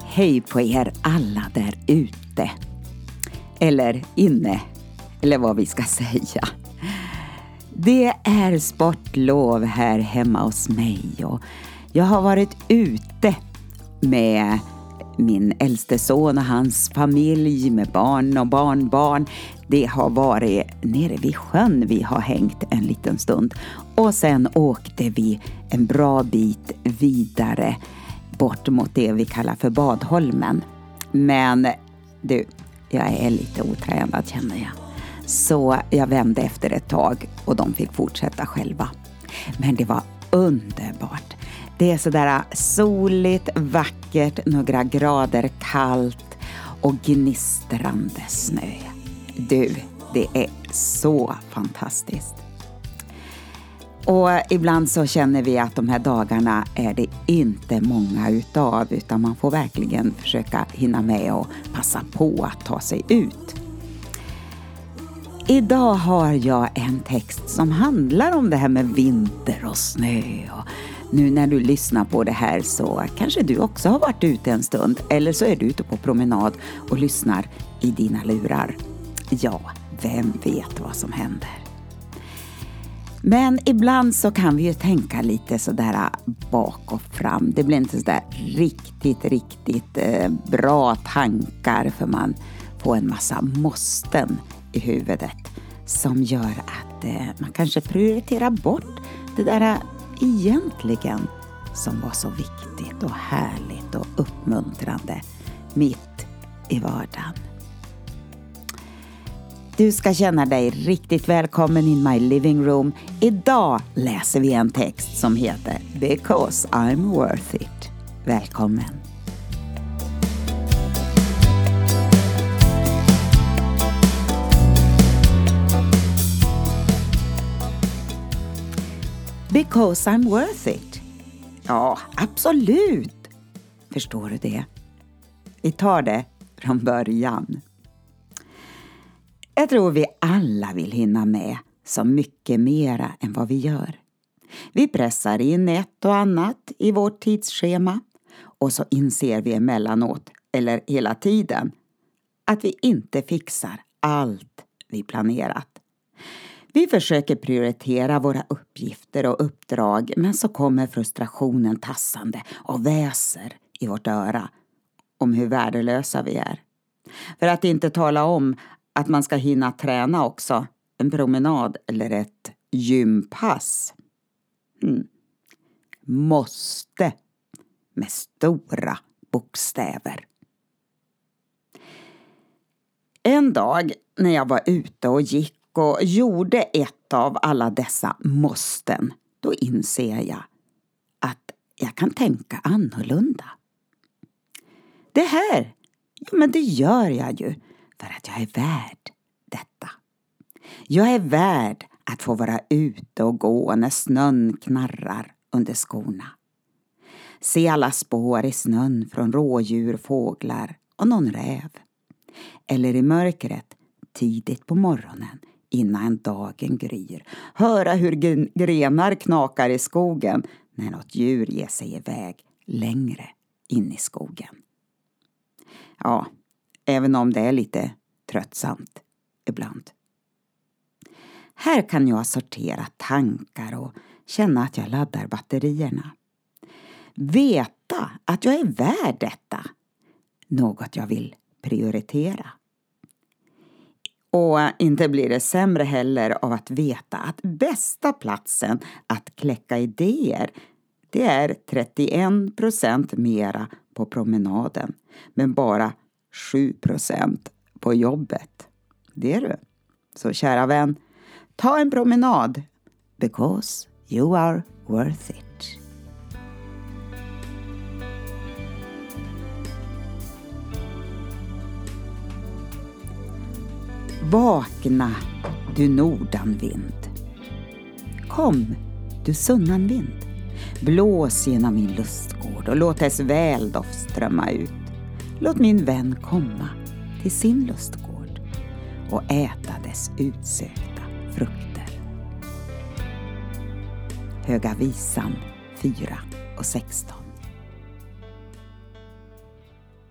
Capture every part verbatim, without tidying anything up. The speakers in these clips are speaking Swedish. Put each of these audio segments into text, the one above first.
Hej på er alla där ute. Eller inne. Eller vad vi ska säga. Det är sportlov här hemma hos mig. Och jag har varit ute med min äldste son och hans familj. Med barn och barnbarn. Det har varit nere vid sjön. Vi har hängt en liten stund. Och sen åkte vi en bra bit vidare bort mot det vi kallar för Badholmen. Men du, jag är lite otränad känner jag. Så jag vände efter ett tag och de fick fortsätta själva. Men det var underbart. Det är sådär soligt, vackert, några grader kallt och gnistrande snö. Du, det är så fantastiskt. Och ibland så känner vi att de här dagarna är det inte många utav, utan man får verkligen försöka hinna med och passa på att ta sig ut. Idag har jag en text som handlar om det här med vinter och snö. Och nu när du lyssnar på det här så kanske du också har varit ute en stund, eller så är du ute på promenad och lyssnar i dina lurar. Ja, vem vet vad som händer? Men ibland så kan vi ju tänka lite sådär bak och fram. Det blir inte sådär riktigt, riktigt eh, bra tankar för man får en massa måsten i huvudet som gör att eh, man kanske prioriterar bort det där egentligen som var så viktigt och härligt och uppmuntrande mitt i vardagen. Du ska känna dig riktigt välkommen in my living room. Idag läser vi en text som heter Because I'm worth it. Välkommen. Because I'm worth it. Ja, absolut. Förstår du det? Vi tar det från början. Jag tror vi alla vill hinna med så mycket mera än vad vi gör. Vi pressar in ett och annat i vårt tidsschema och så inser vi emellanåt, eller hela tiden, att vi inte fixar allt vi planerat. Vi försöker prioritera våra uppgifter och uppdrag, men så kommer frustrationen tassande och väser i vårt öra om hur värdelösa vi är. För att inte tala om att man ska hinna träna också, en promenad eller ett gympass. Hmm. Måste med stora bokstäver. En dag när jag var ute och gick och gjorde ett av alla dessa måsten, då inser jag att jag kan tänka annorlunda. Det här, ja, men det gör jag ju för att jag är värd detta. Jag är värd att få vara ute och gå när snön knarrar under skorna. Se alla spår i snön från rådjur, fåglar och någon räv. Eller i mörkret tidigt på morgonen innan dagen gryr. Höra hur grenar knakar i skogen när något djur ger sig iväg längre in i skogen. Ja, även om det är lite tröttsamt ibland. Här kan jag sortera tankar och känna att jag laddar batterierna. Veta att jag är värd detta. Något jag vill prioritera. Och inte blir det sämre heller av att veta att bästa platsen att kläcka idéer, det är trettioen procent mera på promenaden. Men bara sju procent på jobbet. Det är du. Så kära vän, ta en promenad. Because you are worth it. Vakna, du nordanvind. Kom, du sunnanvind. Blås genom min lustgård och låt dess väldoft strömma ut. Låt min vän komma till sin lustgård och äta dess utsökta frukter. Höga visan fyra och sexton.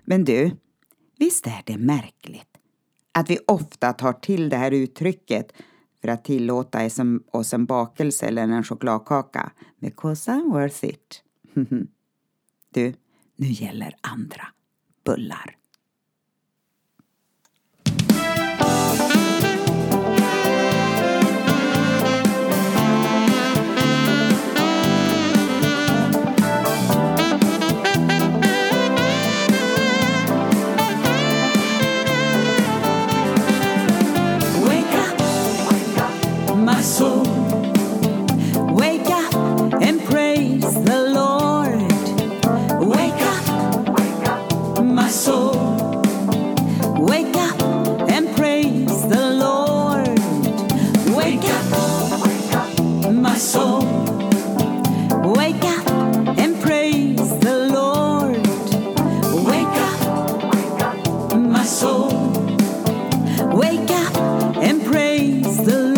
Men du, visst är det märkligt att vi ofta tar till det här uttrycket för att tillåta oss en bakelse eller en chokladkaka. Because I'm worth it. Du, nu gäller andra bullar. Soul, wake up and praise the Lord. Wake up, wake up, my soul. Wake up and praise the Lord. Wake up, wake up, my soul. Wake up and praise the Lord. Wake up, wake up, my soul. Wake up and praise the Lord.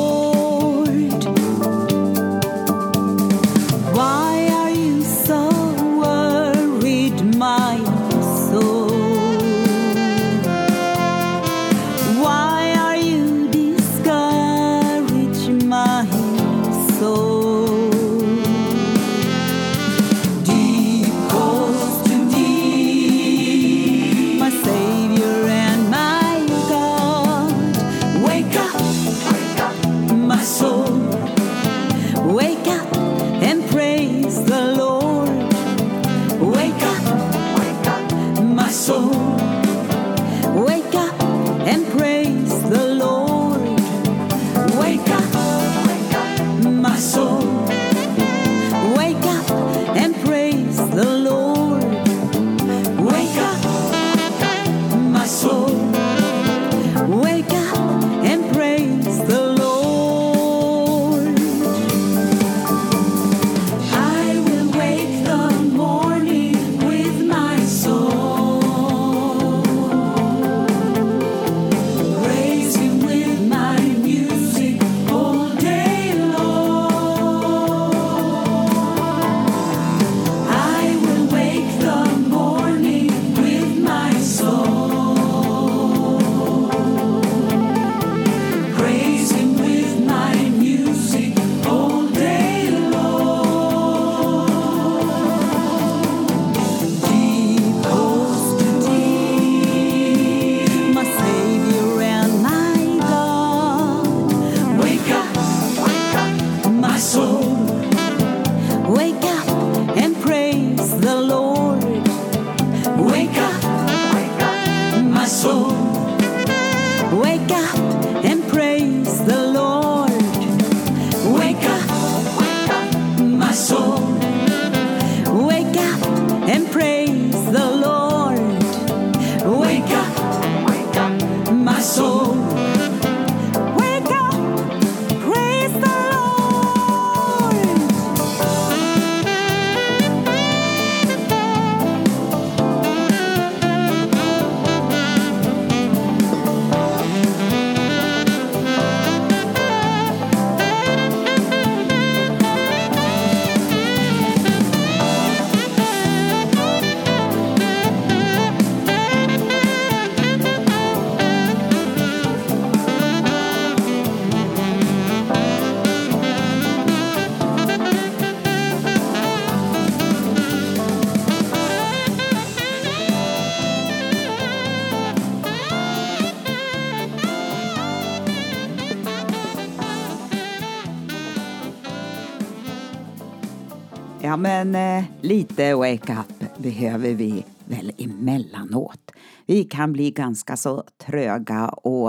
Ja, men eh, lite wake up behöver vi väl emellanåt. Vi kan bli ganska så tröga och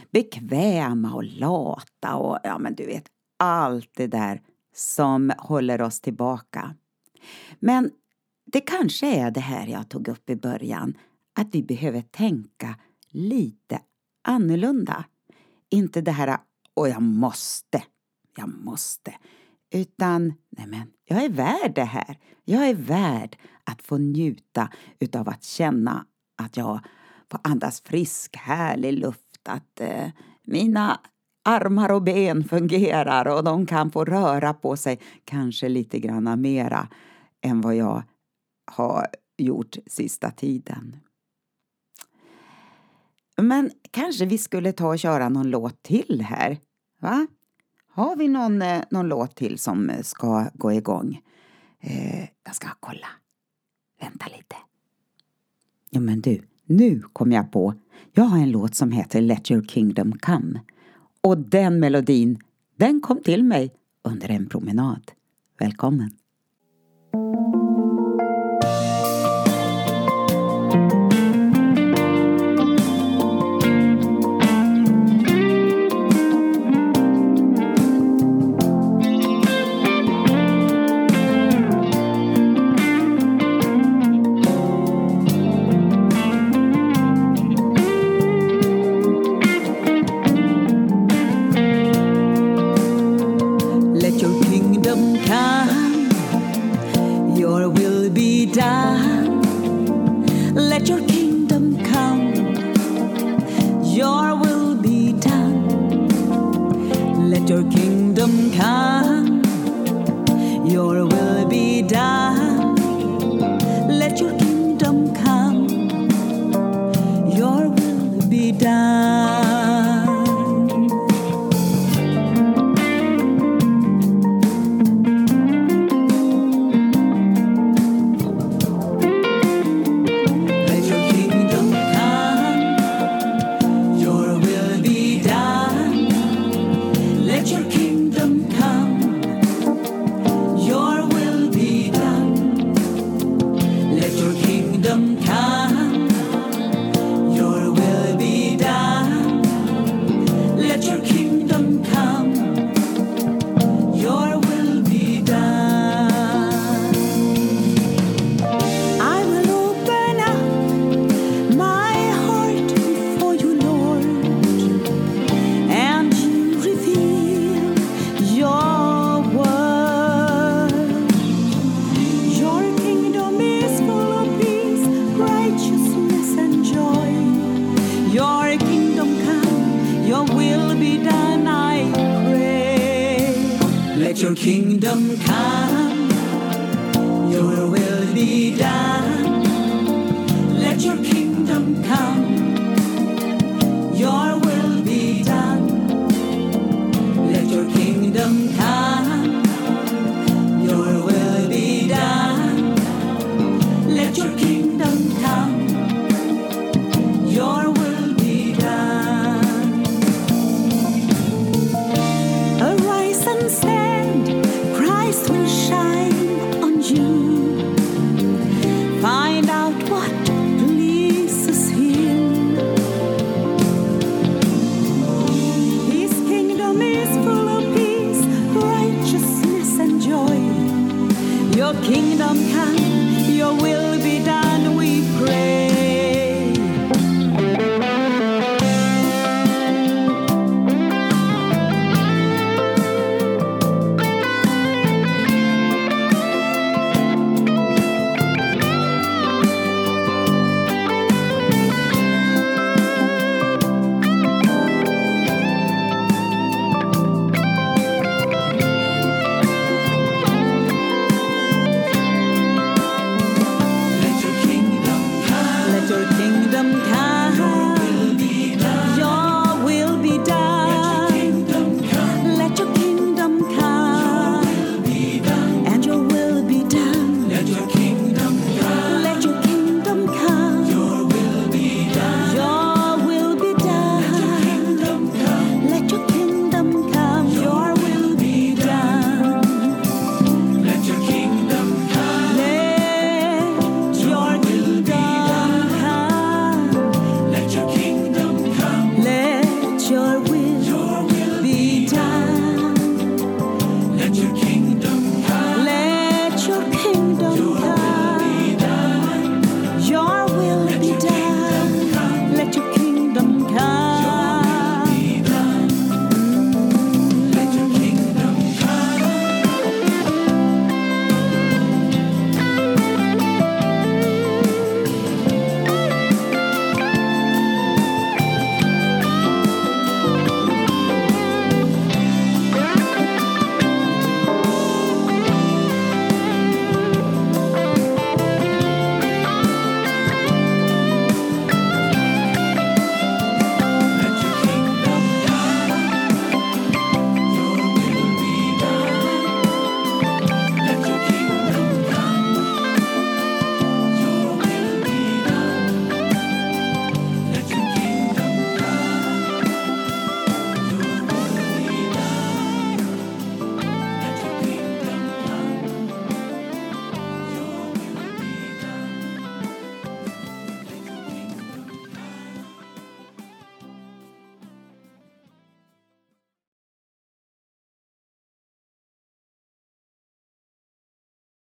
bekväma och lata och ja, men du vet, allt det där som håller oss tillbaka. Men det kanske är det här jag tog upp i början, att vi behöver tänka lite annorlunda. Inte det här, och jag måste, jag måste. Utan, nej men, jag är värd det här. Jag är värd att få njuta utav att känna att jag får andas frisk, härlig luft. Att eh, mina armar och ben fungerar och de kan få röra på sig kanske lite grann mera än vad jag har gjort sista tiden. Men kanske vi skulle ta och köra någon låt till här, va? Har vi någon, någon låt till som ska gå igång? Eh, jag ska kolla. Vänta lite. Ja men du, nu kom jag på. Jag har en låt som heter Let Your Kingdom Come. Och den melodin, den kom till mig under en promenad. Välkommen. Let your kingdom come, your will be done. Let your kingdom come, your will be done. Let your kingdom come, your will be done. Let your kingdom come, your will be done. Arise and stand, Christ will shine on you. Find out what pleases Him. His kingdom is full of peace, righteousness and joy. Your kingdom come, your will be done.